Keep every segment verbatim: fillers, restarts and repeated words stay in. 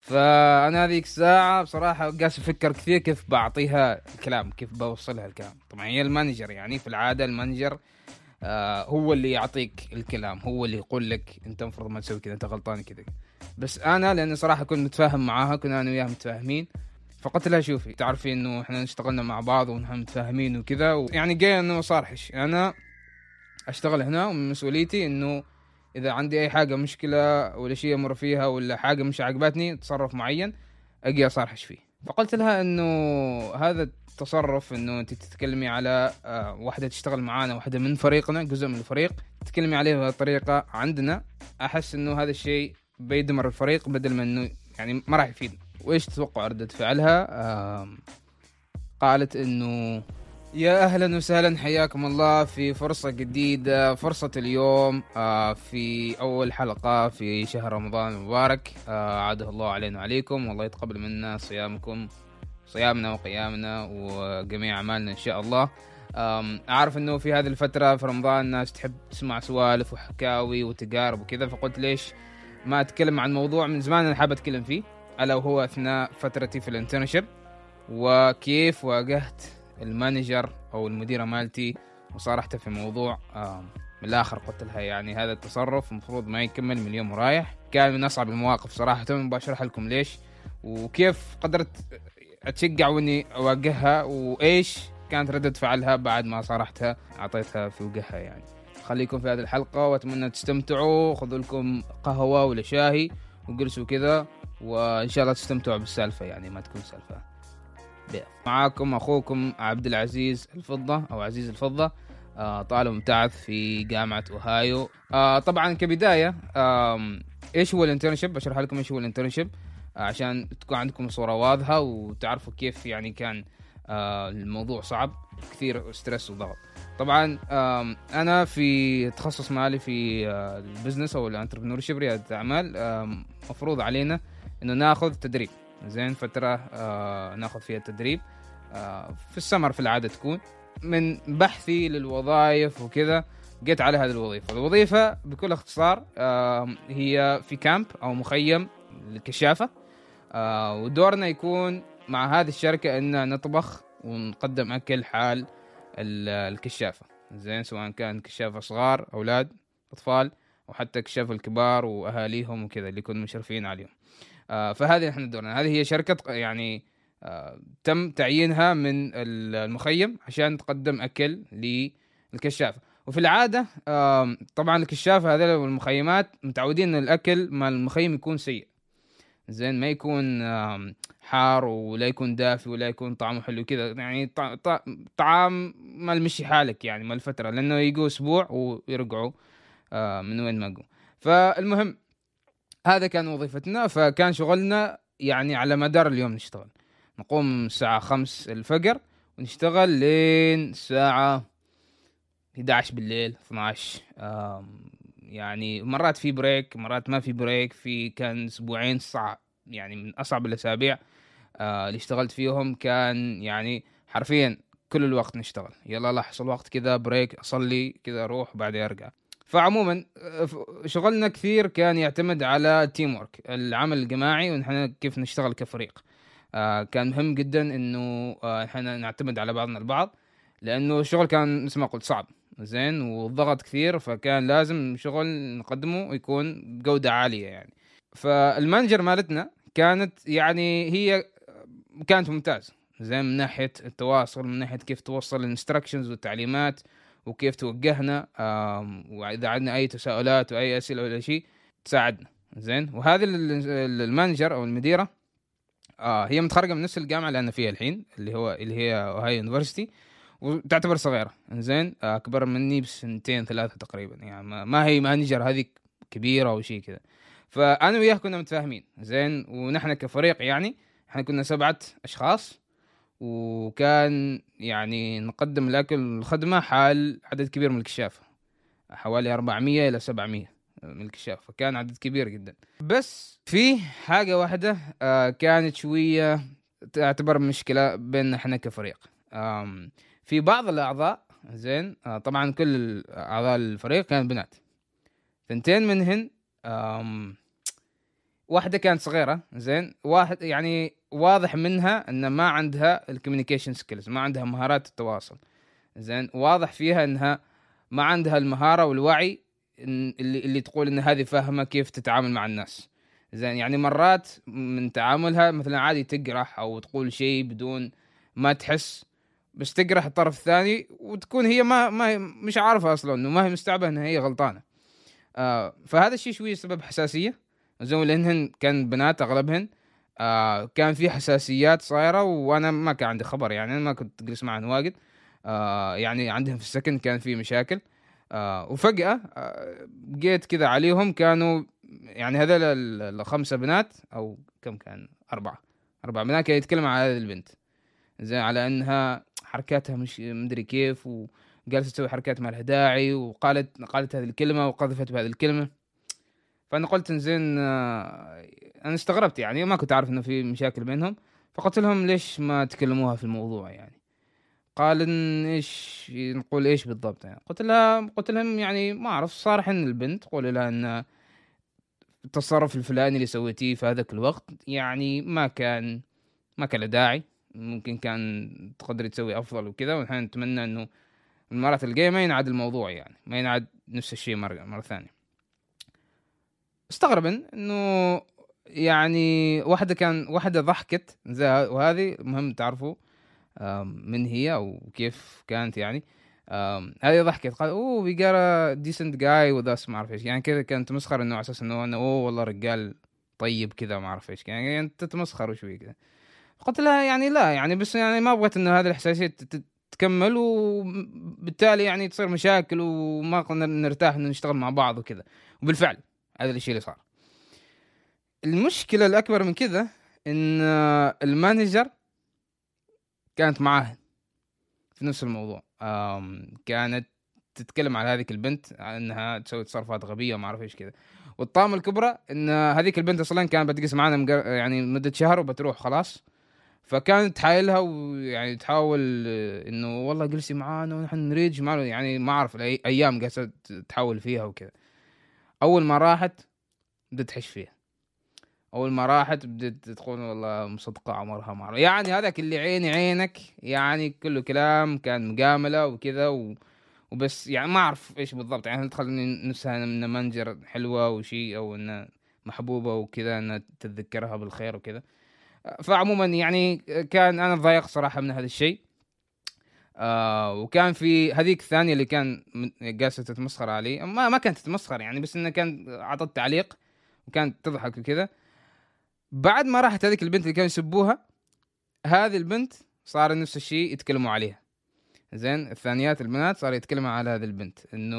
فانا هذيك الساعه بصراحه قاعد افكر كثير كيف بعطيها الكلام، كيف بوصلها الكلام. طبعا هي المانجر، يعني في العاده المانجر آه هو اللي يعطيك الكلام، هو اللي يقول لك انت المفروض ما تسوي كذا، انت غلطان كذا. بس انا لاني صراحه كنت متفاهم معاها، كنا انا وياها متفاهمين، فقلت لها شوفي تعرفي انه احنا اشتغلنا مع بعض ونحن متفاهمين وكذا، ويعني جاي انه صارحش انا اشتغل هنا، ومن مسؤوليتي انه اذا عندي اي حاجه مشكله ولا شيء امر فيها ولا حاجه مش عجبتني تصرف معين اجي اصارحش فيه. فقلت لها انه هذا التصرف انه انت تتكلمي على آه، واحده تشتغل معانا، واحده من فريقنا، جزء من الفريق، تتكلمي عليه بهذه الطريقه عندنا، احس انه هذا الشيء بيدمر الفريق بدل ما انه يعني ما راح يفيد. وايش تتوقع ردة فعلها؟ آه قالت انه يا اهلا وسهلا، حياكم الله في فرصة جديدة، فرصة اليوم آه في اول حلقة في شهر رمضان المبارك، آه عاده الله علينا وعليكم، والله يتقبل منا صيامكم صيامنا وقيامنا وجميع اعمالنا ان شاء الله. اعرف انه في هذه الفترة في رمضان الناس تحب تسمع سوالف وحكاوي وتجارب وكذا، فقلت ليش ما اتكلم عن موضوع من زمان انا حابب اتكلم فيه، الا وهو اثناء فترتي في الانترنشيب، وكيف واجهت المانجر او المديره مالتي وصارحته في موضوع. من الاخر قلت لها يعني هذا التصرف المفروض ما يكمل من اليوم ورايح، كان من اصعب المواقف صراحه، بشرح لكم ليش وكيف قدرت اتشجع واني اواجهها، وايش كانت ردة فعلها بعد ما صارحتها اعطيتها في وجهها. يعني خليكم في هذه الحلقه واتمنى تستمتعوا، خذوا لكم قهوه ولا شاهي وجلسوا كذا، وان شاء الله تستمتعوا بالسالفه، يعني ما تكون سالفه. معاكم أخوكم عبد العزيز الفضة أو عزيز الفضة، آه طالب مبتعث في جامعة أوهايو. آه طبعا كبداية آه إيش هو الانترنشيب؟ بشرح لكم إيش هو الانترنشيب آه عشان تكون عندكم صورة واضحة وتعرفوا كيف يعني كان آه الموضوع صعب كثير، ستريس وضغط. طبعا آه أنا في تخصص مالي في آه البزنس أو الانتربرنورشيب، ريادة الأعمال. آه مفروض علينا إنه ناخذ تدريب، زين فترة آه ناخذ فيها التدريب آه في السمر في العادة تكون. من بحثي للوظائف وكذا جيت على هذه الوظيفة. الوظيفة بكل اختصار آه هي في كامب أو مخيم للكشافة، آه ودورنا يكون مع هذه الشركة إن نطبخ ونقدم أكل حال الكشافة، زين سواء كان كشافة صغار أولاد أطفال أو حتى كشافة الكبار وأهاليهم وكذا اللي يكونوا مشرفين عليهم. آه فهذه احنا دورنا، هذه هي شركة يعني آه تم تعيينها من المخيم عشان تقدم أكل للكشافة. وفي العادة آه طبعا الكشافة هذول والمخيمات متعودين أن الأكل مع المخيم يكون سيء، زين ما يكون آه حار ولا يكون دافي ولا يكون طعمه حلو كذا، يعني طعام ما المشي حالك يعني ما الفترة، لأنه يجوا أسبوع ويرجعوا آه من وين ما جو. فالمهم هذا كان وظيفتنا، فكان شغلنا يعني على مدار اليوم نشتغل، نقوم الساعة خمس الفجر ونشتغل لين الساعة إحدى عشر بالليل اثنا عشر. يعني مرات في بريك مرات ما في بريك، في كان أسبوعين صعب يعني من أصعب الأسابيع اللي اشتغلت فيهم، كان يعني حرفيا كل الوقت نشتغل، يلا لا حصل وقت كذا بريك أصلي كذا أروح بعدين أرجع. فعموما شغلنا كثير كان يعتمد على تيم ورك، العمل الجماعي، ونحن كيف نشتغل كفريق. آه كان مهم جدا انه آه احنا نعتمد على بعضنا البعض، لانه الشغل كان مثل ما قلت صعب زين والضغط كثير، فكان لازم شغل نقدمه يكون بجودة عالية يعني. فالمانجر مالتنا كانت يعني هي كانت ممتاز زين من ناحية التواصل، من ناحية كيف توصل الانستراكشنز والتعليمات وكيف توجهنا، وإذا عندنا أي تساؤلات وأي أسئلة ولا شيء تساعدنا زين. وهذه المانجر أو المديرة آه هي متخرجة من نفس الجامعة اللي أنا فيها الحين، اللي هو اللي هي أوهايو يونيفرسيتي، وتعتبر صغيرة زين أكبر مني بسنتين ثلاثة تقريبا، يعني ما هي مانجر هذه كبيرة أو شيء كذا. فأنا وياه كنا متفاهمين زين، ونحن كفريق يعني احنا كنا سبعة أشخاص، وكان يعني نقدم الأكل والخدمة حال عدد كبير من الكشافة، حوالي أربعمية إلى سبعمية من الكشافة، فكان عدد كبير جدا. بس في حاجة واحدة آه كانت شوية تعتبر مشكلة بيننا احنا كفريق. في بعض الأعضاء زين آه طبعا كل أعضاء الفريق كانوا بنات، ثنتين منهن واحده كانت صغيره زين، واحد يعني واضح منها ان ما عندها الكوميونيكيشن سكيلز، ما عندها مهارات التواصل زين، واضح فيها انها ما عندها المهاره والوعي اللي اللي تقول ان هذه فاهمه كيف تتعامل مع الناس زين. يعني مرات من تعاملها مثلا عادي تقرح او تقول شيء بدون ما تحس، بس تقرح الطرف الثاني وتكون هي ما ما مش عارفه اصلا انه ما هي مستوعبه انها هي غلطانه. آه فهذا الشيء شوي سبب حساسيه زين، لانهن كان بنات اغلبهن. آه كان في حساسيات صايره وانا ما كان عندي خبر، يعني انا ما كنت اجلس معهم واجد. آه يعني عندهم في السكن كان في مشاكل. آه وفجأة آه جيت كذا عليهم، كانوا يعني هذول ال- الخمسة بنات أو كم كان، أربعة أربع بنات، كانوا يتكلموا على هذه البنت زين، على أنها حركاتها مش مدري كيف، وجالسة تسوي حركات ما لها داعي، وقالت قالت هذه الكلمة وقذفت بهذه الكلمة. فأنا قلت زين، آه أنا استغربت يعني، ما كنت أعرف إنه في مشاكل بينهم. فقلت لهم ليش ما تكلموها في الموضوع يعني. قال إن إيش نقول إيش بالضبط يعني. قلت لها قلت لهم يعني ما أعرف، صارح إن البنت قول لها إن التصرف الفلاني اللي سويتيه في هذاك الوقت يعني ما كان ما كان له داعي، ممكن كان تقدري تسوي أفضل وكذا، ونحن نتمنى إنه المرات الجاية ما ينعاد الموضوع، يعني ما ينعاد نفس الشيء مرة مرة ثانية. استغرب إنه يعني واحدة كان واحدة ضحكت زي، وهذه مهم تعرفوا آم، من هي او كيف كانت يعني. آم، هذه ضحكت قال اوه we got a decent guy with us، ما اعرف ايش يعني كذا، كانت تمسخر انه على اساس انه انا اوه والله رجال طيب كذا، ما اعرف ايش يعني انت تتمسخر وشوي كذا. قلت لها يعني لا يعني، بس يعني ما بغيت انه هذه الحساسية تت- تكمل، وبالتالي يعني تصير مشاكل وما قدرنا نرتاح انه نشتغل مع بعض وكذا. وبالفعل هذا الشيء اللي صار. المشكلة الأكبر من كذا إن آه، المانجر كانت معاه في نفس الموضوع. آم كانت تتكلم على هذيك البنت انها تسوي تصرفات غبيه وما اعرف ايش كذا. والطامه الكبرى ان هذيك البنت اصلا كانت بتجلس معانا مقر... يعني مده شهر وبتروح خلاص. فكانت تحايلها ويعني تحاول آه، انه والله جلسي معانا ونحن نريد معنا، يعني ما اعرف الأي... ايام قاعده تحاول فيها وكذا. اول ما راحت بدت تحش فيها، اول ما راحت بدت تقول والله مصدقه عمرها ما أعرف. يعني هذاك اللي عيني عينك، يعني كله كلام كان مجامله وكذا و... وبس، يعني ما اعرف ايش بالضبط، يعني هل تخلي نفسها ان منجر حلوه وشيء، او ان محبوبه وكذا، ان تتذكرها بالخير وكذا. فعموما يعني كان انا ضايق صراحه من هذا الشيء. آه وكان في هذيك الثانيه اللي كان من- قاسة تتمسخر علي، ما ما كانت تتمسخر يعني، بس انها كانت عطت تعليق وكانت تضحك وكذا. بعد ما راحت هذيك البنت اللي كانوا يسبوها، هذه البنت صار نفس الشيء يتكلموا عليها زين. الثانيات البنات صاروا يتكلموا على هذه البنت انه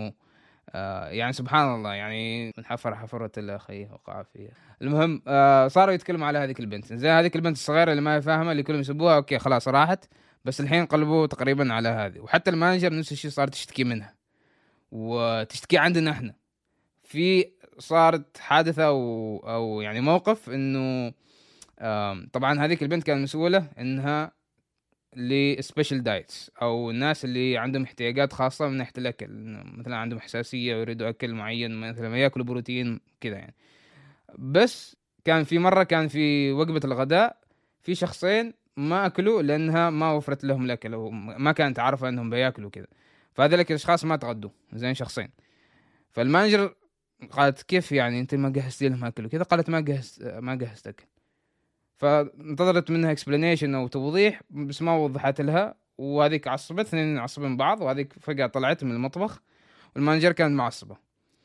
آه يعني سبحان الله، يعني من حفر حفرة الاخي وقع فيها. المهم آه صاروا يتكلموا على هذيك البنت زين، هذيك البنت الصغيرة اللي ما هي فاهمة، اللي كلهم يسبوها، اوكي خلاص راحت. بس الحين قلبوا تقريبا على هذه، وحتى المانجر نفس الشيء صار تشتكي منها وتشتكي عندنا احنا. في صارت حادثة او او يعني موقف انه آم، طبعا هذيك البنت كانت مسؤولة انها لسبيشال دايتس، او الناس اللي عندهم احتياجات خاصة من ناحية الاكل، إنه مثلا عندهم حساسية ويريدوا اكل معين، مثلا ما ياكلوا بروتين كذا يعني. بس كان في مرة كان في وجبة الغداء في شخصين ما اكلوا لانها ما وفرت لهم الاكل، او ما كانت عارفة انهم بياكلوا كذا. فهذولك الاشخاص ما تغدوا زين، شخصين. فالمانجر قالت كيف يعني انت ما جهزتي لهم اكل وكذا؟ قالت ما جهزت ما جهزت اكل. فانتظرت منها اكسبلانيشن او توضيح، بس ما وضحت لها، وهذيك عصبت، اثنين عصبين بعض، وهذيك فجأة طلعت من المطبخ والمانجر كانت معصبة.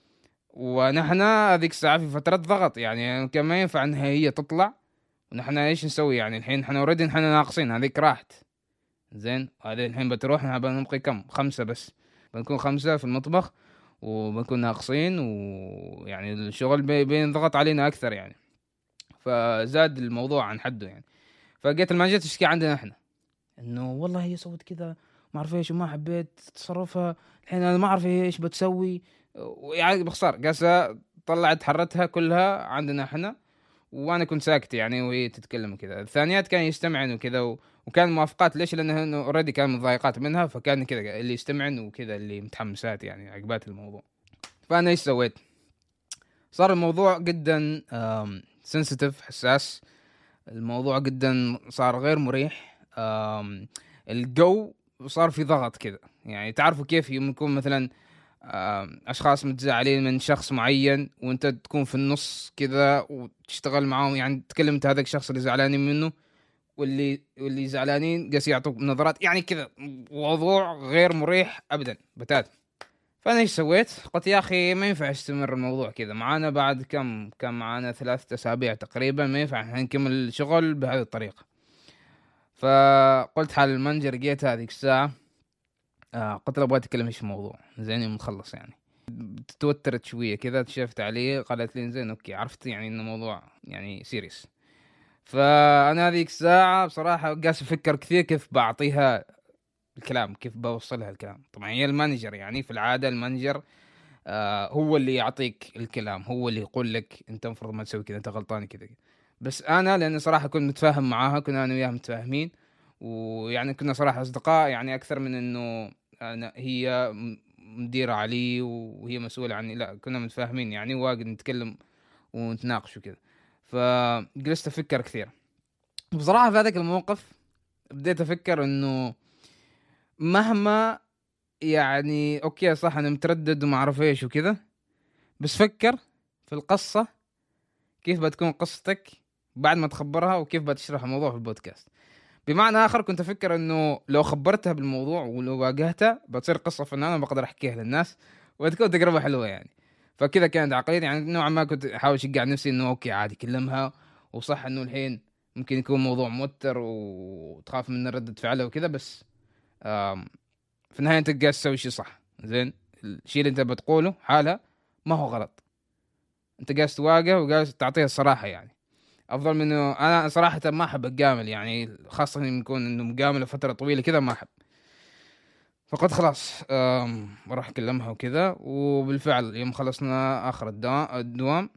ونحن هذيك الساعة في فترة ضغط، يعني كان ما ينفع انها هي تطلع، ونحن ايش نسوي يعني الحين؟ نحن اوريدي نحن ناقصين، هذيك راحت زين، هذه الحين بتروح، نحن بنبقي كم، خمسة بس، بنكون خمسة في المطبخ وبنكون ناقصين، ويعني الشغل بي- بينضغط علينا اكثر يعني. فزاد الموضوع عن حده يعني. فجت المانجر تشكي عندنا احنا انه والله هي سوت كذا ما اعرف ايش، وما حبيت تصرفها، الحين انا ما اعرف هي ايش بتسوي. يعني باختصار قاسة طلعت حرتها كلها عندنا احنا، وانا كنت ساكت يعني وهي تتكلم كذا. الثانيات كان يستمعن وكذا و... وكان موافقات، ليش؟ لانه اوريدي كان متضايقات منها، فكان كذا اللي يستمعن وكذا اللي متحمسات يعني عقبات الموضوع. فانا ايش سويت؟ صار الموضوع جدا سنسيتيف، حساس. الموضوع جدا صار غير مريح. آم، الجو صار في ضغط كذا. يعني تعرفوا كيف يوم يكون مثلا آم، اشخاص متزعلين من شخص معين وانت تكون في النص كذا وتشتغل معاهم، يعني تكلمت هذاك الشخص اللي زعلانين منه، واللي واللي زعلانين قاس يعطوك نظرات، يعني كذا موضوع غير مريح ابدا بتاتا. فانا ايش سويت؟ قلت يا اخي ما ينفع يستمر الموضوع كذا معانا، بعد كم كم معانا ثلاثة اسابيع تقريبا، ما ينفع احنا نكمل الشغل بهذه الطريقة. فقلت حال المانجر، جيت هذيك الساعة آه قلت له ابغى اتكلم ايش الموضوع، زين يوم نخلص يعني. توترت شوية كذا، شفت عليه، قالت لي زين اوكي، عرفت يعني انه موضوع يعني سيريس. فانا هذيك الساعة بصراحة قاعد افكر كثير كيف بعطيها الكلام، كيف بوصلها الكلام. طبعا هي المانجر، يعني في العادة المانجر آه هو اللي يعطيك الكلام، هو اللي يقول لك انت المفروض ما تسوي كذا، انت غلطان كذا. بس انا لان صراحة كنت متفاهم معاها، كنا انا وياها متفاهمين، ويعني كنا صراحة اصدقاء، يعني اكثر من انه انا هي م- مديرة علي وهي مسؤولة عني، لا كنا متفاهمين يعني، واجد نتكلم ونتناقش وكذا. فجلست افكر كثير بصراحة في هذاك الموقف. بديت افكر انه مهما يعني اوكي صح انا متردد وما اعرف ايش وكذا، بس فكر في القصة، كيف بتكون قصتك بعد ما تخبرها، وكيف بتشرح الموضوع في البودكاست. بمعنى آخر كنت أفكر إنه لو خبرتها بالموضوع ولو واجهتها بتصير قصة فنانة بقدر أحكيها للناس وتكون تجربة حلوة يعني. فكذا كانت عقليتي، يعني نوعا ما كنت أحاول أشجع نفسي إنه أوكي عادي كلمها، وصح إنه الحين ممكن يكون موضوع موتر وتخاف من ردة فعلها وكذا، بس آم، في النهاية أنت قاعد تسوي شيء صح. زين، الشيء اللي أنت بتقوله حالها ما هو غلط، أنت قاعد تواجه وقاعد تعطيها الصراحة يعني. افضل من انه انا صراحه ما احب اتجامل، يعني خاصه لما يكون انه مجامله فتره طويله كذا ما احب. فقلت خلاص أم، بروح اكلمها وكذا. وبالفعل يوم خلصنا اخر الدوام, الدوام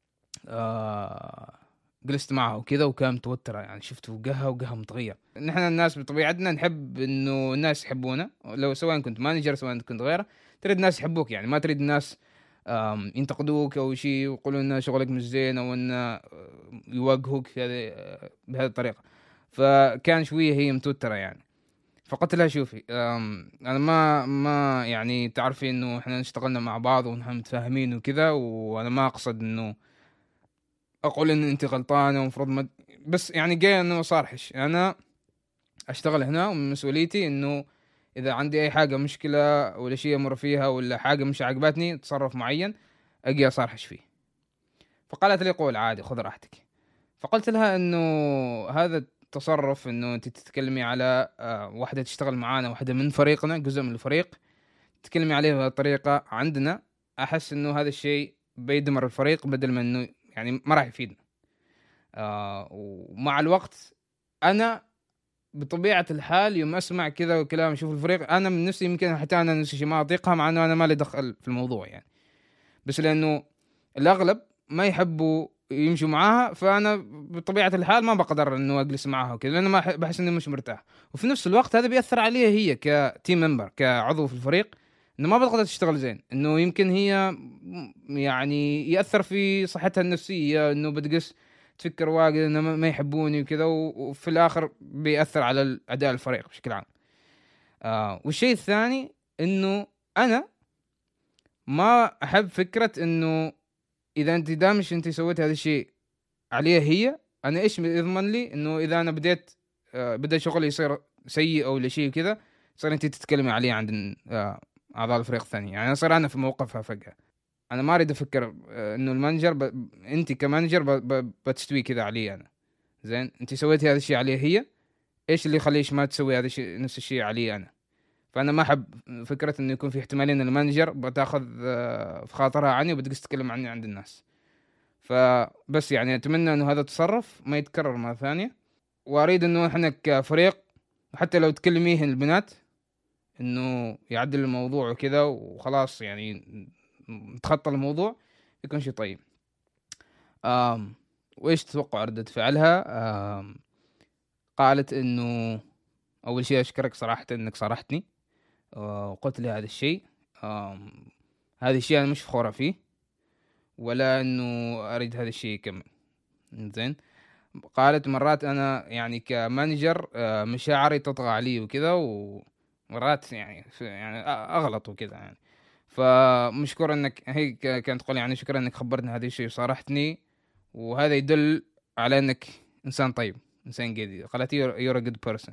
آه، جلست معها وكذا، وكان متوترة يعني، شفت وجهها وجهها متغير. نحن الناس بطبيعتنا نحب انه الناس يحبونا، لو سواء كنت مانجر سواء كنت غيره، تريد الناس يحبوك يعني، ما تريد الناس آم، ينتقدوك او شيء ويقولوا ان شغلك مش زين، او ان آه، يواجهوك في هذه آه، بهذه الطريقة. فكان شوية هي متوترة يعني. فقلت لها شوفي أم، انا ما ما يعني تعرفي انه احنا اشتغلنا مع بعض ونحن متفاهمين وكذا، وانا ما اقصد انه اقول ان انت غلطانه ومفروض ما، بس يعني جاي انه صارحش، انا اشتغل هنا ومن مسؤوليتي انه اذا عندي اي حاجه مشكله ولا شيء امر فيها ولا حاجه مش عجبتني تصرف معين، اجي اصارحش فيه. فقالت لي قول عادي خذ راحتك. فقلت لها انه هذا التصرف انه انت تتكلمي على آه، واحده تشتغل معانا، واحده من فريقنا، جزء من الفريق، تتكلمي عليه بهذه الطريقه عندنا، احس انه هذا الشيء بيدمر الفريق بدل ما انه يعني ما راح يفيدنا. آه ومع الوقت انا بطبيعه الحال يوم اسمع كذا وكلام اشوف الفريق، انا من نفسي يمكن حتى انا نفسي شيء ما اطيقها، مع انه انا ما لي دخل في الموضوع يعني، بس لانه الاغلب ما يحبوا يمشوا معاها، فانا بطبيعه الحال ما بقدر انه اجلس معاها وكذا، لانه ما أح- بحس اني مش مرتاح. وفي نفس الوقت هذا بيأثر عليها هي كتيم ممبر، كعضو في الفريق، انه ما بتقدر تشتغل زين، انه يمكن هي م- يعني يأثر في صحتها النفسيه، انه بتقص تفكر واجد انه ما ما يحبوني وكذا، و- وفي الاخر بيأثر على الاداء الفريق بشكل عام. آه والشيء الثاني انه انا ما احب فكره انه اذا انت دامش انت سويت هذا الشيء عليها هي، انا ايش يضمن لي انه اذا انا بديت آه، بدا شغلي يصير سيء او ولا شيء كذا، تصير انت تتكلمي عليه عند آه، اعضاء الفريق الثاني، يعني اصير انا في موقفها فجأة. انا ما اريد افكر آه، انه المانجر ب... انت كمانجر ب... ب... بتستوي كذا علي انا. زين، انت سويتي هذا الشيء عليها هي، ايش اللي يخليش ما تسوي هذا الشيء نفس الشيء علي انا؟ فانا ما احب فكره انه يكون في احتمالين المانجر بتاخذ آه، في خاطرها عني وبتقص تتكلم عني عند الناس. فبس يعني اتمنى انه هذا التصرف ما يتكرر مرة ثانية، واريد انه احنا كفريق حتى لو تكلميه البنات انه يعدل الموضوع وكذا وخلاص، يعني نتخطى الموضوع، يكون شيء طيب. آم وايش تتوقع ردة فعلها؟ آم قالت انه اول شيء اشكرك صراحة انك صارحتني آه، وقلت لي هذا الشيء. آم هذا الشيء انا مش فخورة فيه، ولا انه اريد هذا الشيء يكمل. زين. قالت مرات انا يعني كمانجر آه، مشاعري تطغى علي وكذا، ومرات يعني يعني اغلط وكذا يعني. فمشكور انك هي ك- كانت تقول يعني شكرا انك خبرتني هذا الشيء وصارحتني، وهذا يدل على انك انسان طيب، انسان جيد. قالت you're a good person.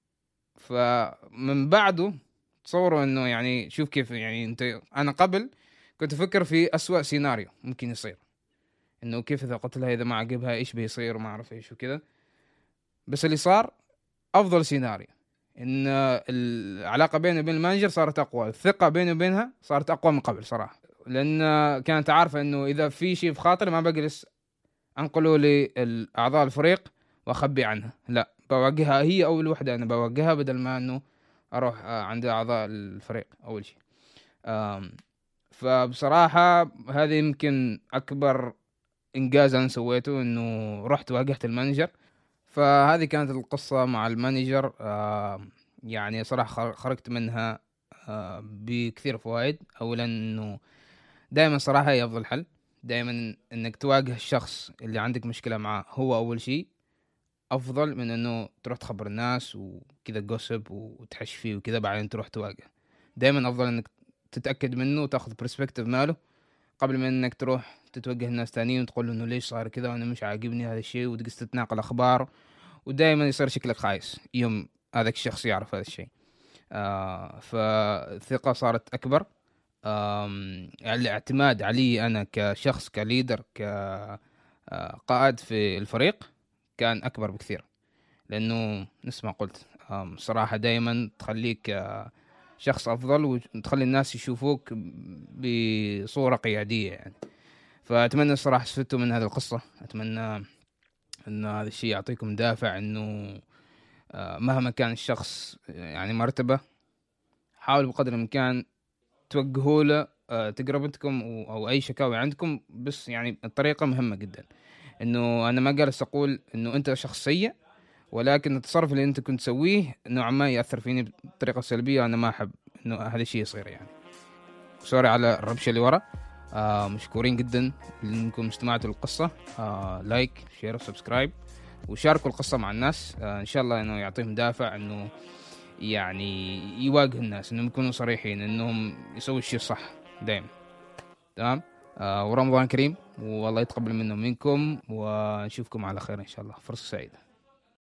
فمن بعده تصوروا انه يعني شوف كيف يعني انت، انا قبل كنت افكر في اسوأ سيناريو ممكن يصير، انه كيف اذا قلت لها اذا ما عجبها ايش بيصير وما اعرف ايش وكذا. بس اللي صار افضل سيناريو، ان العلاقه بيني وبين المانجر صارت اقوى، الثقه بيني وبينها صارت اقوى من قبل صراحه، لان كانت عارفه انه اذا في شيء في خاطري ما بجلس انقله لاعضاء الفريق واخبي عنها، لا بوجهها هي اول وحده، انا بوجهها بدل ما انه اروح آه، عند اعضاء الفريق اول شيء. آم، فبصراحه هذه يمكن اكبر انجاز انا سويته، انه رحت واجهت المانجر. فهذه كانت القصة مع المانجر. آه يعني صراحة خر- خرجت منها آه بكثير فوائد. أولا إنه دائما صراحة هي أفضل حل. دائما إنك تواجه الشخص اللي عندك مشكلة معاه هو أول شيء، أفضل من إنه تروح تخبر الناس وكذا جوسب وتحش فيه وكذا بعدين تروح تواجه. دائما أفضل إنك تتأكد منه وتاخذ برسبكتيف ماله قبل ما إنك تروح تتوجه الناس تانيين وتقول له إنه ليش صار كذا وأنا مش عاجبني هذا الشيء، وتقص تتناقل أخبار، ودائما يصير شكلك خايس يوم هذاك الشخص يعرف هذا الشيء. آه فالثقة صارت أكبر. آم، الاعتماد علي أنا كشخص كليدر كقائد في الفريق كان أكبر بكثير، لأنه نفس ما قلت آم، صراحة دائما تخليك آه، شخص أفضل، وتخلي الناس يشوفوك بصورة قيادية يعني. فأتمنى الصراحة استفدتوا من هذه القصة. أتمنى أن هذا الشيء يعطيكم دافع أنه آه، مهما كان الشخص يعني مرتبة، حاولوا بقدر الإمكان توجهوا له آه، تجربتكم أو أو أي شكاوي عندكم. بس يعني الطريقة مهمة جدا، إنه أنا ما جالس أقول إنه أنت شخص سيء، ولكن التصرف اللي أنت كنت تسويه نوعا ما يأثر فيني بطريقة سلبية، وأنا ما أحب إنه هذا الشيء يصير يعني. سوري على الربشة اللي ورا. آه مشكورين جدا إنكم استمعتوا للقصة. آه لايك شير وسبسكرايب، وشاركوا القصة مع الناس. آه إن شاء الله إنه يعطيهم دافع إنه يعني يواجه الناس، إنهم يكونوا صريحين، إنهم يسووا الشيء الصح دائما. تمام. آه ورمضان كريم والله يتقبل منا ومنكم، ونشوفكم على خير إن شاء الله. فرصة سعيدة.